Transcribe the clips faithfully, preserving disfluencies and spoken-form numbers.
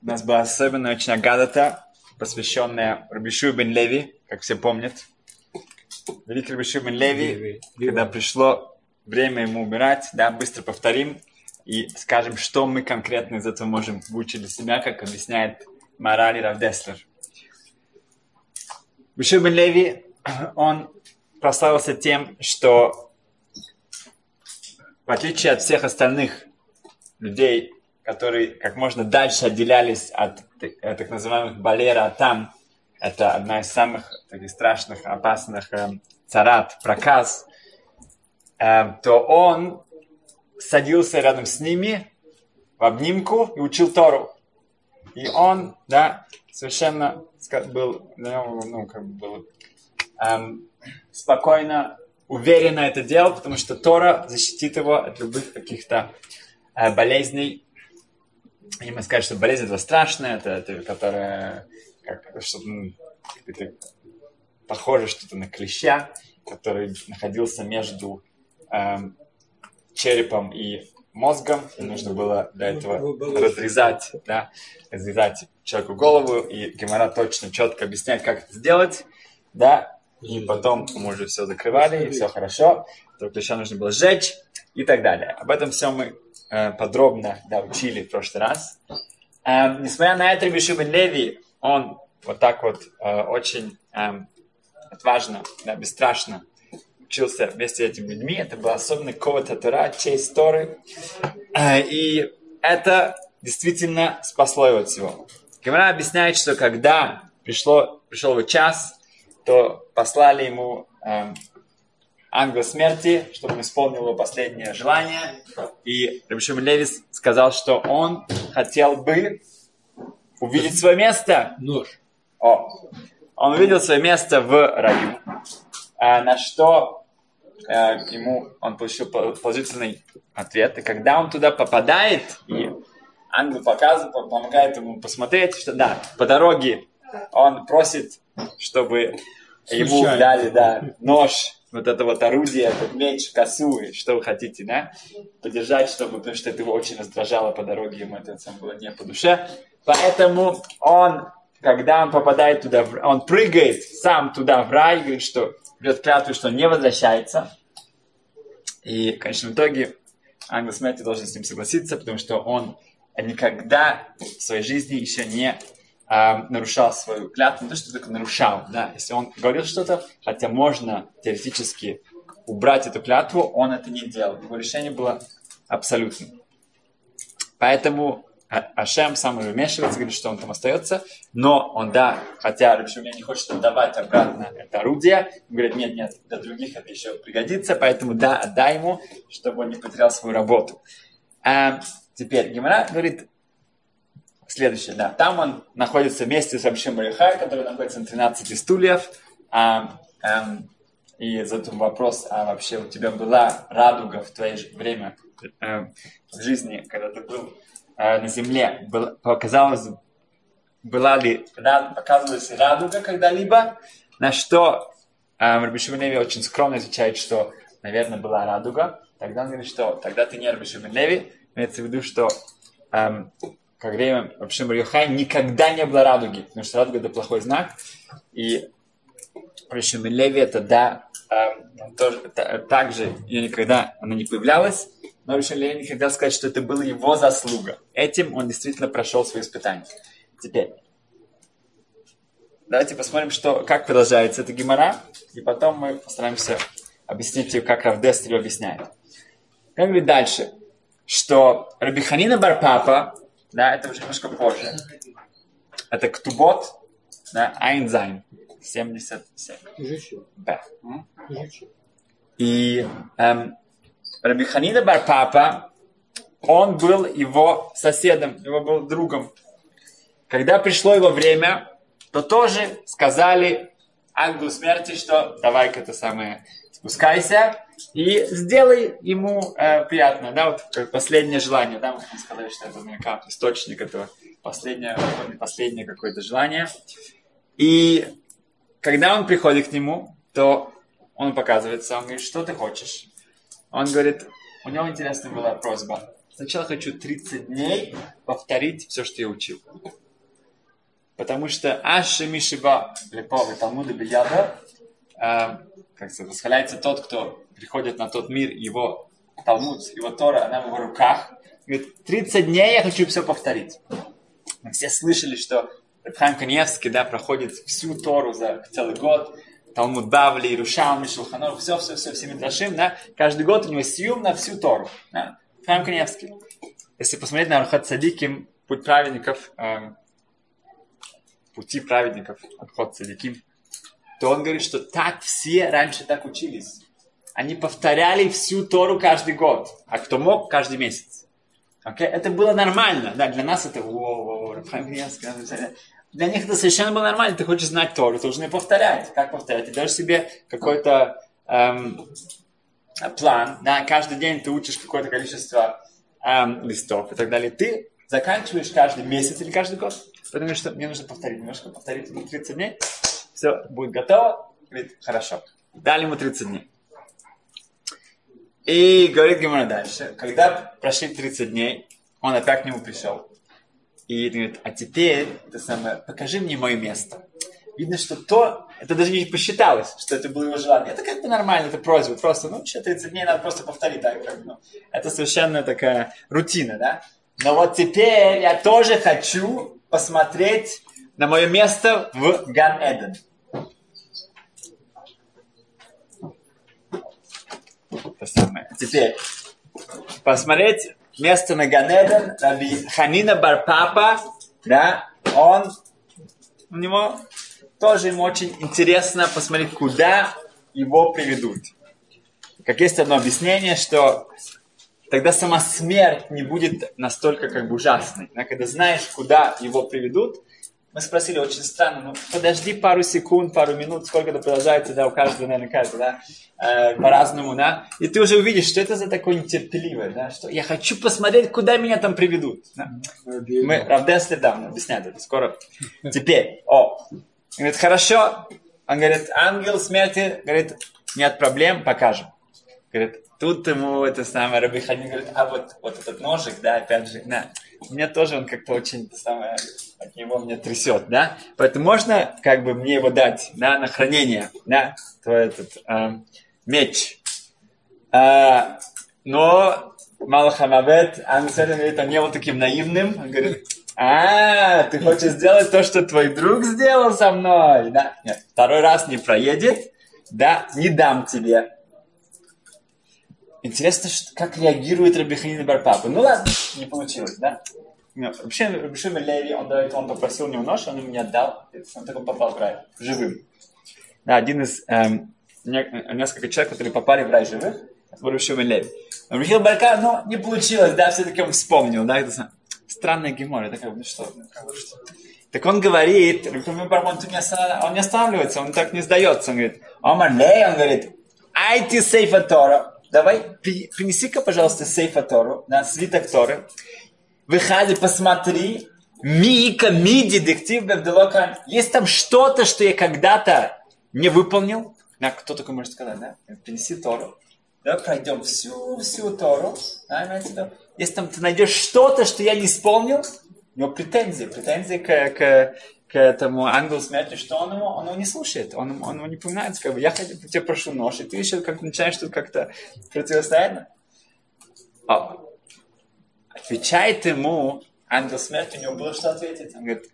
У нас была особенная очень агадата, посвященная Рабишу бен Леви, как все помнят. Великий Рабишу бен Леви, когда пришло время ему умирать, да, быстро повторим и скажем, что мы конкретно из этого можем выучить для себя, как объясняет Морали Рав Деслер. Рабишу бен Леви, он прославился тем, что в отличие от всех остальных людей, которые как можно дальше отделялись от так называемых балера там, это одна из самых таких страшных, опасных э, царат, проказ, э, то он садился рядом с ними в обнимку и учил Тору. И он, да, совершенно был, ну, как бы был эм, спокойно, уверенно это делал, потому что Тора защитит его от любых каких-то э, болезней. И мы скажем, что болезнь это страшная, это, это которая как, что-то, ну, это похоже что-то на клеща, который находился между эм, черепом и мозгом. И нужно было для этого разрезать, да, разрезать человеку голову. И Гемара точно, четко объясняет, как это сделать. Да, и потом мы уже все закрывали, и все хорошо. Только клеща нужно было сжечь и так далее. Об этом все мы э, подробно, да, учили в прошлый раз. Э, несмотря на это, Рабишу бен Леви, он вот так вот э, очень э, отважно, да, бесстрашно учился вместе с этими людьми. Это был особенный ковод Тора, честь Торы. Э, и это действительно спасло его от всего. Гемара объясняет, что когда пришло, пришел его час, то послали ему э, ангела смерти, чтобы он исполнил его последнее желание. И Рабишу бен Леви сказал, что он хотел бы увидеть свое место. Нож. О, он увидел свое место в раю, э, на что э, ему он получил положительный ответ. И когда он туда попадает, и ангел показывает, помогает ему посмотреть, что да, по дороге он просит, чтобы ему дали, да, нож, вот это вот орудие, этот меч, косу, и что вы хотите, да, подержать, чтобы, потому что это его очень раздражало по дороге, ему это сам было не по душе. Поэтому он, когда он попадает туда, он прыгает сам туда в рай, говорит, что берет клятву, что он не возвращается. И в конечном итоге ангел смерти должен с ним согласиться, потому что он никогда в своей жизни еще не э, нарушал свою клятву. Не то, что только нарушал, да. Если он говорил что-то, хотя можно теоретически убрать эту клятву, он это не делал. Его решение было абсолютным. Поэтому Ашем сам уже вмешивается, говорит, что он там остается, но он, да, хотя Рабишу бен Леви не хочет отдавать обратно это орудие, он говорит, нет, нет, для других это еще пригодится, поэтому да, отдай ему, чтобы он не потерял свою работу. А теперь Гемара говорит следующее, да, там он находится вместе с Рабишем бар Йохай, который находится на тринадцати стульев, а, а, и затем вопрос, а вообще у тебя была радуга в твое время а, в жизни, когда ты был на земле, был, показалось, была ли, показывалась ли радуга когда-либо, на что э, Рабишу бен Леви очень скромно отвечает, что, наверное, была радуга. Тогда он говорит, что тогда ты не Рабишу бен Леви, имеется в виду, что э, во время Рабишу бар Йохай никогда не было радуги, потому что радуга это плохой знак, и Рабишу бен Леви это да, э, тоже, та, также ее никогда она не появлялась. Но Рабишу бен Леви не хотел сказать, что это была его заслуга. Этим он действительно прошел свои испытания. Теперь, давайте посмотрим, что, как продолжается эта гемара, и потом мы постараемся объяснить ее, как Рав Деслер объясняет. Он говорит дальше, что Раби Ханина бар Папа, да, это уже немножко позже, это Ктубот, да, Айн Зайн, семьдесят семь. Б. И эм, Раби Ханина бар Папа, он был его соседом, его был другом. Когда пришло его время, то тоже сказали ангелу смерти, что давай-ка это самое, спускайся и сделай ему э, приятно. Да, вот как последнее желание, да, мы сказали, что это наверняка источник этого последнее, последнее какое-то желание. И когда он приходит к нему, то он показывается, он говорит, что ты хочешь? Он говорит, у него интересная была просьба. сначала хочу тридцать дней повторить все, что я учил. Потому что Аши Мишиба Леповы Талмуда Бияда, как сказать, восхваляется тот, кто приходит на тот мир, его Талмуд, его Тора, она в его руках. Говорит, тридцать дней я хочу все повторить. Мы все слышали, что Реб Хаим Каневский, да, проходит всю Тору за целый год. Талмуд Бавли, Иерушалми, Шулхан Арух, все, все, все, все Мидрашим, да. Каждый год у него сиюм на всю Тору. Да. Реб Хаим Каневский. Если посмотреть на Арухат Цадиким, путь праведников, эм, пути праведников, Арухат Цадиким, то он говорит, что так все раньше так учились. Они повторяли всю Тору каждый год, а кто мог, каждый месяц. Okay? Это было нормально. Да, для нас это... Для них это совершенно было нормально. Ты хочешь знать Тору, ты должен ее повторять. Как повторять? Ты даешь себе какой-то эм, план. Да? Каждый день ты учишь какое-то количество эм, листов и так далее. Ты заканчиваешь каждый месяц или каждый год. Потому что мне нужно повторить. Немножко повторить тридцать дней. Все, будет готово. Говорит, хорошо. Дали ему тридцать дней. И говорит Гемара дальше. Когда прошли тридцать дней, он опять к нему пришел. И говорит, а теперь, это самое, покажи мне мое место. Видно, что то, это даже не посчиталось, что это было его желание. Это как бы нормально, это просьба. Просто, ну, еще тридцать дней надо просто повторить. Так, как, ну, это совершенно такая рутина, да? Но вот теперь я тоже хочу посмотреть на мое место в Ган-Эден. То самое. Теперь посмотреть место на Ган-Эден. Раби Ханина бар Папа, да, он, у него тоже ему очень интересно посмотреть, куда его приведут. Как есть одно объяснение, что тогда сама смерть не будет настолько как бы ужасной. Да, когда знаешь, куда его приведут. Мы спросили, очень странно, ну подожди пару секунд, пару минут, сколько это продолжается, да, у каждого, наверное, каждого, да, э, по-разному, да, и ты уже увидишь, что это за такое нетерпеливое, да, что я хочу посмотреть, куда меня там приведут. Да. Мы, Равдесли, да, мы объясняем это скоро. Теперь, о, говорит, хорошо, он говорит, ангел смерти, говорит, нет проблем, покажем. Говорит, тут ему это самое, Раби Ханин говорит, а вот, вот этот ножик, да, опять же, да, у меня тоже он как-то очень, это самое, от него меня трясет, да, поэтому можно, как бы, мне его дать, да, на хранение, да, твой этот э, меч, а, но Малахамавет, ангел смерти, говорит, он не был таким наивным, он говорит, а, ты хочешь сделать то, что твой друг сделал со мной, да, нет, второй раз не проедет, да, не дам тебе. Интересно, что, как реагирует Раби Ханина бар Папа. Ну ладно, не получилось, да? Вообще, Раби Шимон Леви, он, он попросил у него нож, он ему не отдал. Он только попал в рай, живым. Да, один из эм, несколько человек, которые попали в рай живых, это был Раби Шимон Леви. Раби Ханина бар Папа, ну, не получилось, да, все-таки он вспомнил, да, это странная гемора, это как бы, ну что, как бы, что. Так он говорит, Раби Ханина бар Папа, он не останавливается, он так не сдается, он говорит, Омар Лей, он говорит, айти сейфа Тора. Давай, принеси-ка, пожалуйста, сейфа Тору, да, свиток Торы. Выходи, посмотри. Мика, миди, дектив, бевделокан. Есть там что-то, что я когда-то не выполнил? Да, кто такой может сказать, да? Принеси Тору. Давай пройдем всю, всю Тору. Да, если там ты найдешь что-то, что я не исполнил, у него претензии, претензии к... к к этому ангелу смерти, что он его, он его не слушает, он, он его не поминает, как бы, я хотя бы тебе прошу нож, и ты еще как начинаешь тут как-то противостоять. О. Отвечает ему ангел смерти, у него было что ответить. Он говорит,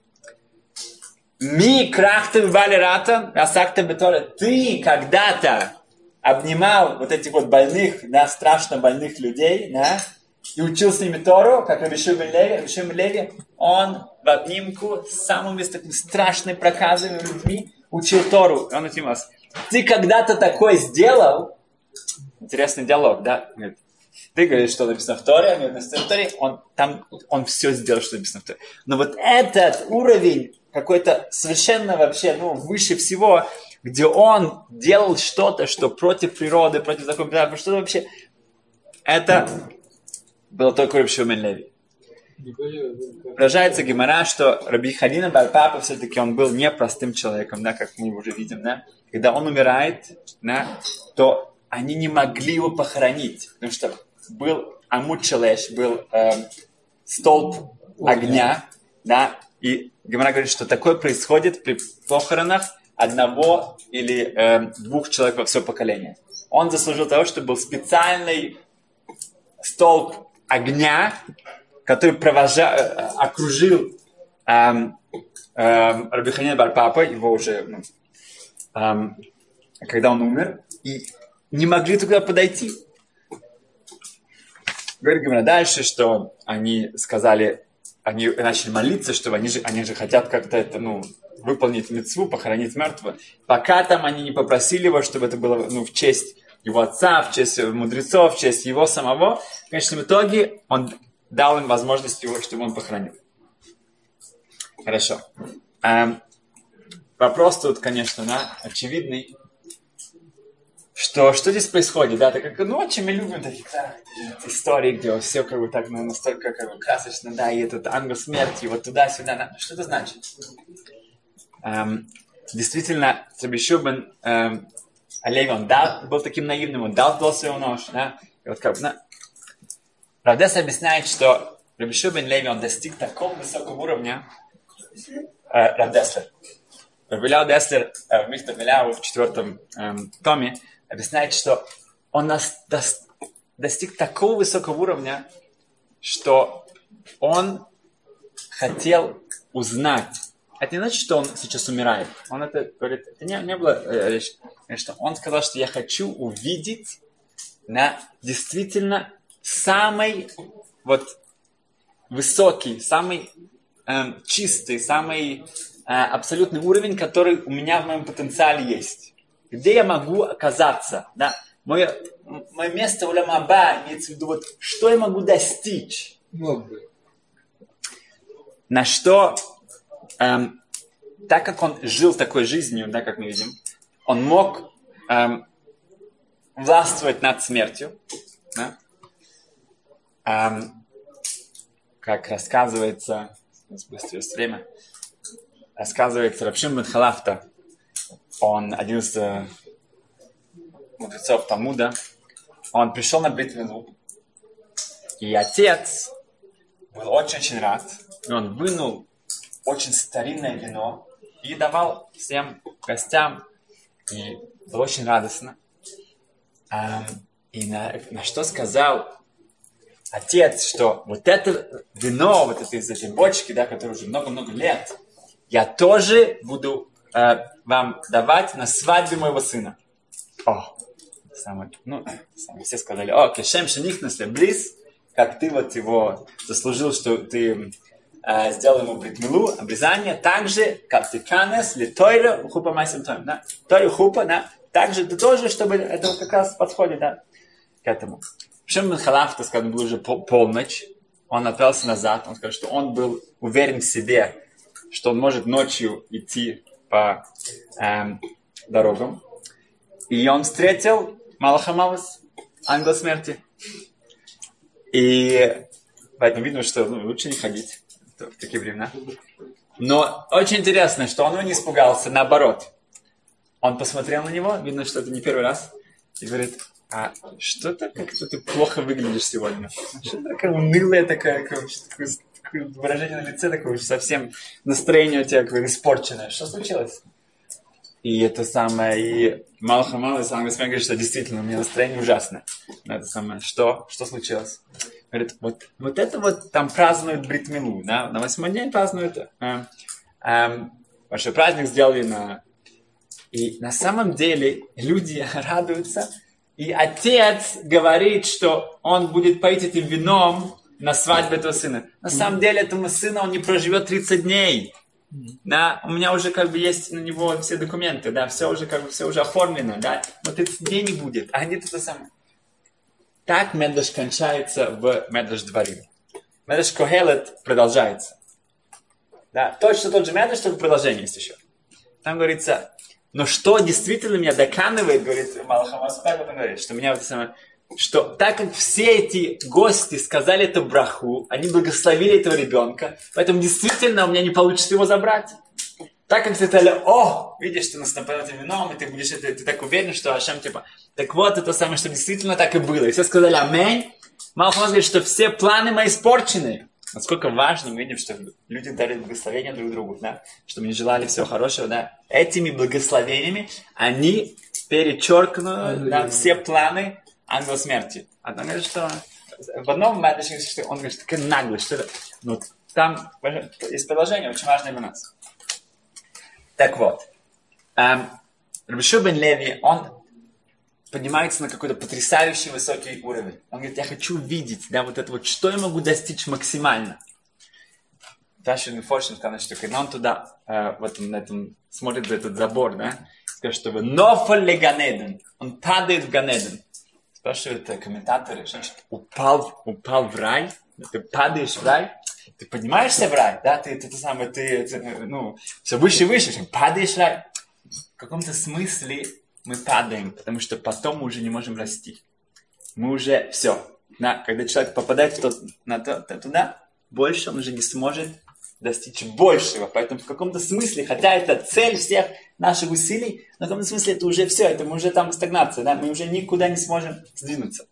ми крахты вали рата, асакта бетора, ты когда-то обнимал вот этих вот больных, да, страшно больных людей, да, и учил с ними Тору, как Раби Шимон Леви. Раби Шимон Леви, он в обнимку с самыми такими страшными проказами людьми учил Тору. И он этим вас. Ты когда-то такое сделал? Интересный диалог, да? Говорит, ты говоришь, что написано в Торе, а написано в Торе, он, там, он все сделал, что написано в Торе. Но вот этот уровень какой-то совершенно вообще, ну, выше всего, где он делал что-то, что против природы, против закона, что-то вообще, это... было только Раби Шимон Леви. Выражается Гемара, что Раби Ханина бар Папа все-таки он был непростым человеком, да, как мы уже видим, да. Когда он умирает, да, то они не могли его похоронить, потому что был амуд шелеш, был э, столб огня, да, и Гемара говорит, что такое происходит при похоронах одного или э, двух человек во все поколение. Он заслужил того, что был специальный столб огня, который провожа, окружил эм, эм, Раби Ханина бар Папа, его уже, ну, эм, когда он умер, и не могли туда подойти. Говорит Гемара дальше, что они сказали, они начали молиться, что они же, они же хотят как-то это, ну, выполнить мицву, похоронить мертвого. Пока там они не попросили его, чтобы это было, ну, в честь его отца, в честь мудрецов, в честь его самого. В конечном итоге он дал им возможность его, чтобы он похоронил. Хорошо. Эм, вопрос тут, конечно, да, очевидный. Что, что здесь происходит? Да, так как, ну, очень мы любим такие, да, истории, где все как бы так, ну, настолько как бы красочно, да, и этот ангел смерти, вот туда-сюда. Да. Что это значит? Эм, действительно, Раби Шубан эм, Алеви, он дал, был таким наивным, он дал дол своего нож, да, и вот как бы, да. Рав Деслер объясняет, что Раби Шубан Леви, он достиг такого высокого уровня, э, Рав Деслер. Рав Деслер э, в Михтав Эляу в четвертом э, томе объясняет, что он нас, дос, достиг такого высокого уровня, что он хотел узнать. Это не значит, что он сейчас умирает. Он это говорит, это не, не было э, что он сказал, что я хочу увидеть на действительно самый вот высокий, самый э, чистый, самый э, абсолютный уровень, который у меня в моем потенциале есть. Где я могу оказаться? Да? Мое, мое место в Олам Аба имеется в виду, вот, что я могу достичь. На что, эм, так как он жил такой жизнью, да, как мы видим, он мог эм, властвовать над смертью. Да? Эм, как рассказывается, быстро есть время, рассказывается Рав Шимон бен Халафта, он один из э, мудрецов Талмуда, он пришел на брит милу, и отец был очень-очень рад, и он вынул очень старинное вино и давал всем гостям, и было очень радостно. Эм, и на, на что сказал отец, что вот это вино, вот это из этой бочки, да, которое уже много-много лет, я тоже буду э, вам давать на свадьбе моего сына. О, самое, ну, самое, все сказали, о, кешем шенихнесле близ, как ты вот его заслужил, что ты э, сделал ему брит-милу, обрезание, так же, как ты канес, ли тойра, хупа майсен тойм, да, тойра хупа, да, так же ты тоже, чтобы это как раз подходит, да, к этому. Шимон бен Халафта, когда был уже полночь, он отправился назад, он сказал, что он был уверен в себе, что он может ночью идти по эм, дорогам. И он встретил Малаха Малус, ангела смерти. И поэтому видно, что ну, лучше не ходить в такие времена. Но очень интересно, что он не испугался, наоборот. Он посмотрел на него, видно, что это не первый раз, и говорит, а что-то как-то ты плохо выглядишь сегодня. Что-то такое унылое, такое, такое, такое выражение на лице, такое совсем настроение у тебя какое-то испорченное. Что случилось? И это самое, и Малаха Малус, ангел смерти, говорит, что действительно у меня настроение ужасное. Это самое, что? Что случилось? Говорит, вот, вот это вот там празднуют брит милу, да? На восьмой день празднуют э, э, большой праздник сделали на... И на самом деле люди радуются, и отец говорит, что он будет поить этим вином на свадьбе этого сына. На самом деле этому сыну он не проживет тридцать дней. Да, у меня уже как бы есть на него все документы, да, все уже как бы все уже оформлено, да, но тридцать дней не будет, а нет это самое. Так Медраш кончается в Медраш Дворим. Медраш Кохелет продолжается. Да, точно тот же Медраш, только продолжение есть еще. Там говорится, но что действительно меня доканывает, говорит Малаха Малус, он говорит, что меня вот самое, что так как все эти гости сказали эту браху, они благословили этого ребенка, поэтому действительно у меня не получится его забрать. Так как ты сказали, о, видишь, ты нас напоил этим вином, и ты будешь, ты, ты так уверен, что Ашем типа, так вот это самое, что действительно так и было. И все сказали аминь, Малхус говорит, что все планы мои испорчены. Насколько важно, мы видим, что люди дарят благословения друг другу, да? Чтобы они желали всего хорошего, да? Этими благословениями они перечеркнут, да, все планы ангела смерти. А он говорит, что в одном матче, что он говорит, что такая наглость, что это. Ну, там есть продолжение, очень важное для нас. Так вот, эм, Рабби бен Леви, он поднимается на какой-то потрясающий высокий уровень. Он говорит, я хочу видеть, да, вот это вот, что я могу достичь максимально. Дальше Мифоршин сказал, что когда он туда, э, в этом, на этом, смотрит за этот забор, да, скажет, что «Нофаль ле Ганеден», он падает в Ганеден. Спрашивают комментаторы, что значит упал, упал в рай, ты падаешь в рай, ты поднимаешься в рай, да, ты, ты, ты, самое, ты, ты ну, все выше и выше, падаешь в рай. В каком-то смысле мы падаем, потому что потом мы уже не можем расти. Мы уже все. Да, когда человек попадает в тот, на то, туда, больше он уже не сможет достичь большего. Поэтому в каком-то смысле, хотя это цель всех наших усилий, но в каком-то смысле это уже все, это мы уже там стагнация, да, мы уже никуда не сможем сдвинуться.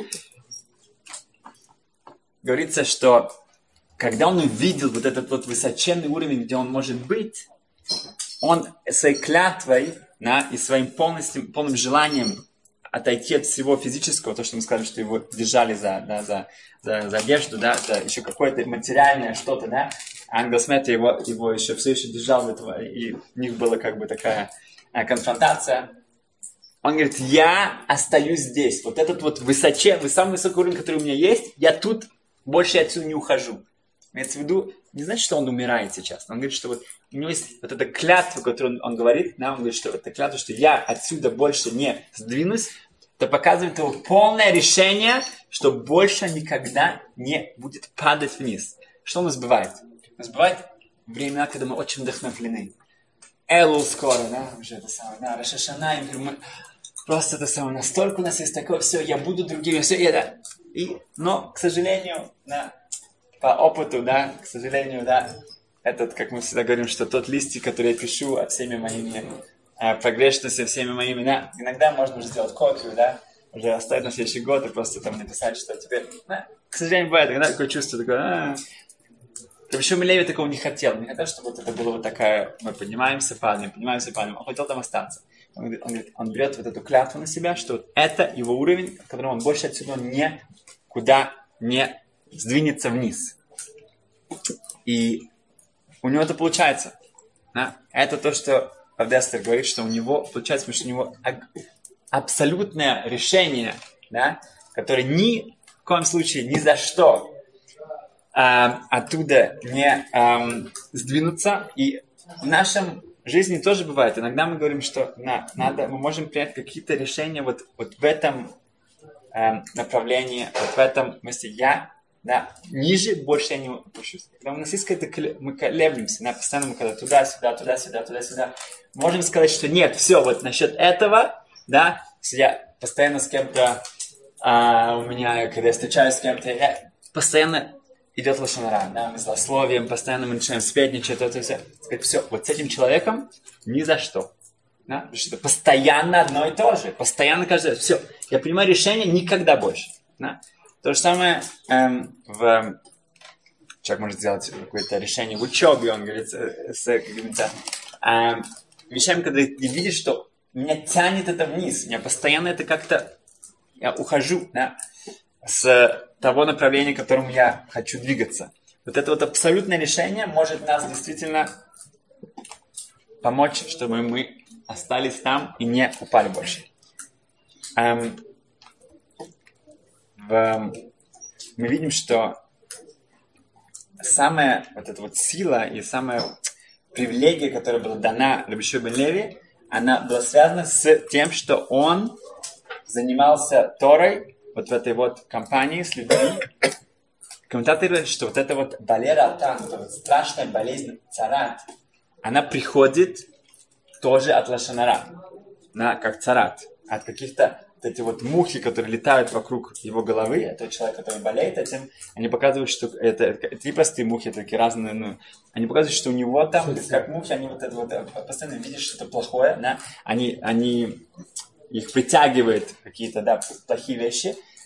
Говорится, что когда он увидел вот этот вот высоченный уровень, где он может быть, он своей клятвой, да, и своим полностью, полным желанием отойти от всего физического, то, что мы сказали, что его держали за, да, за, за, за одежду, да, за еще какое-то материальное что-то, да, ангел смерти его, его еще все еще держал этого, и у них была как бы такая а, конфронтация. Он говорит, я остаюсь здесь, вот этот вот высоченный, самый высокий уровень, который у меня есть, я тут больше отсюда не ухожу. Имеется в виду, не значит, что он умирает сейчас, но он говорит, что вот у него есть вот эта клятва, которую он, он говорит, да, он говорит, что это клятва, что я отсюда больше не сдвинусь, это показывает его полное решение, что больше никогда не будет падать вниз. Что у нас бывает? У нас бывает времена, когда мы очень вдохновлены. Элул скоро, да, уже это самое, да, Рош ха-Шана, и мы просто это самое, настолько у нас есть такое, все, я буду другим, все, я, да. И, но, к сожалению, да, по опыту, да, к сожалению, да, этот, как мы всегда говорим, что тот листик, который я пишу от всеми моими э, погрешностями, всеми моими, да, иногда можно уже сделать копию, да, уже оставить на следующий год и просто там написать, что теперь, да, к сожалению, бывает, иногда такое чувство, такое, а-а-а. Причем Леви такого не хотел, не хотел, чтобы вот это было вот такая, мы поднимаемся, падаем, поднимаемся, падаем, он хотел там остаться. Он, говорит, он, говорит, он берет вот эту клятву на себя, что вот это его уровень, от которого он больше отсюда никуда не сдвинется вниз. И у него это получается. Да? Это то, что Авдестер говорит, что у него получается, потому что у него абсолютное решение, да, которое ни в коем случае, ни за что э, оттуда не э, сдвинуться. И в нашем жизни тоже бывает. Иногда мы говорим, что на, надо, мы можем принять какие-то решения вот, вот в этом э, направлении, вот в этом месте. Я Да, ниже больше я не опущусь. Когда у нас есть какая-то, мы колеблемся, да, постоянно мы когда туда-сюда, туда-сюда, туда-сюда. Можем сказать, что нет, все, вот насчет этого, да, я постоянно с кем-то, а, у меня, когда я встречаюсь с кем-то, я, постоянно идет лошон ара, да, мы злословием, постоянно мы начинаем сплетничать, это все. Сказать, все, вот с этим человеком ни за что. Да, потому что это постоянно одно и то же, постоянно каждый раз. Все, я принимаю решение никогда больше. Да. То же самое эм, в... Человек может сделать какое-то решение в учебе, он говорит, с какими-то эм, вещами, когда ты видишь, что меня тянет это вниз, меня постоянно это как-то... Я ухожу, да, с того направления, к которому я хочу двигаться. Вот это вот абсолютное решение может нас действительно помочь, чтобы мы остались там и не упали больше. Эм, В, мы видим, что самая вот эта вот сила и самая привилегия, которая была дана Рабби бен Леви, она была связана с тем, что он занимался Торой вот в этой вот компании с людьми. Комментаторы говорят, что вот эта вот балера атан, вот эта вот страшная болезнь царат, она приходит тоже от лошон ара, да, как царат, от каких-то эти вот мухи, которые летают вокруг его головы, это человек, который болеет этим, они показывают, что это, это не простые мухи, это такие разные, ну, они показывают, что у него там, как мухи, они вот это вот постоянно видят что-то плохое, да, они, они их притягивают какие-то, да, плохие вещи,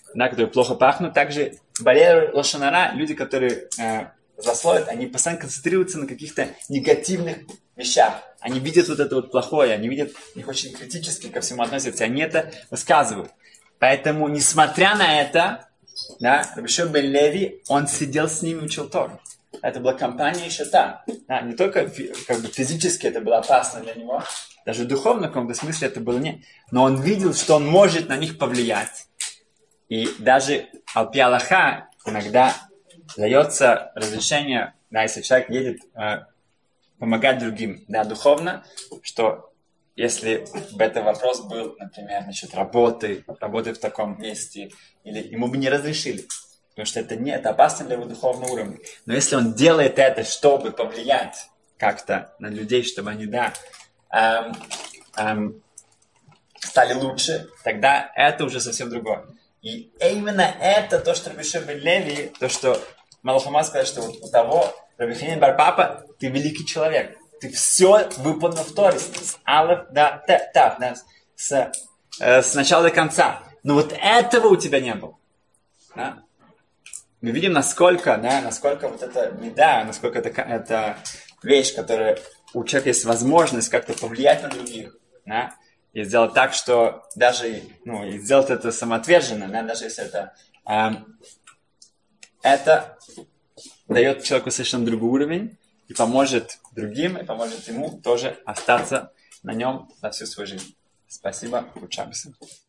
да, которые плохо пахнут. Также барьер лошонара, люди, которые э, злословят, они постоянно концентрируются на каких-то негативных вещах. Они видят вот это вот плохое, они видят, их очень критически ко всему относятся, и они это высказывают. Поэтому, несмотря на это, да, Раби Шимон бен Леви, он сидел с ними, учил Тору. Это была компания еще та. Да, не только как бы, физически это было опасно для него, даже в духовном каком-то смысле это было не. Но он видел, что он может на них повлиять. И даже аль-пи алаха иногда дается разрешение, да, если человек едет э, помогать другим, да, духовно, что если бы этот вопрос был, например, насчет работы, работы в таком месте, или ему бы не разрешили, потому что это не, это опасно для его духовного уровня. Но если он делает это, чтобы повлиять как-то на людей, чтобы они, да, эм, эм, стали лучше, тогда это уже совсем другое. И именно это то, что Раби Шимон бен Леви, то, что Малах ха-Мас сказал, что вот у того, Раби Ханина бар Папа, ты великий человек. Ты все выполнил в Торе. С алеф до тав, да, с, э, с начала до конца. Но вот этого у тебя не было. Да? Мы видим, насколько, да, насколько вот это меда, насколько это, это вещь, которая у человека есть возможность как-то повлиять на других. Да? И сделать так, что даже, ну, и сделать это самоотверженно, да, даже если это, э, это дает человеку совершенно другой уровень и поможет другим, и поможет ему тоже остаться на нем на всю свою жизнь. Спасибо, Кучабиса.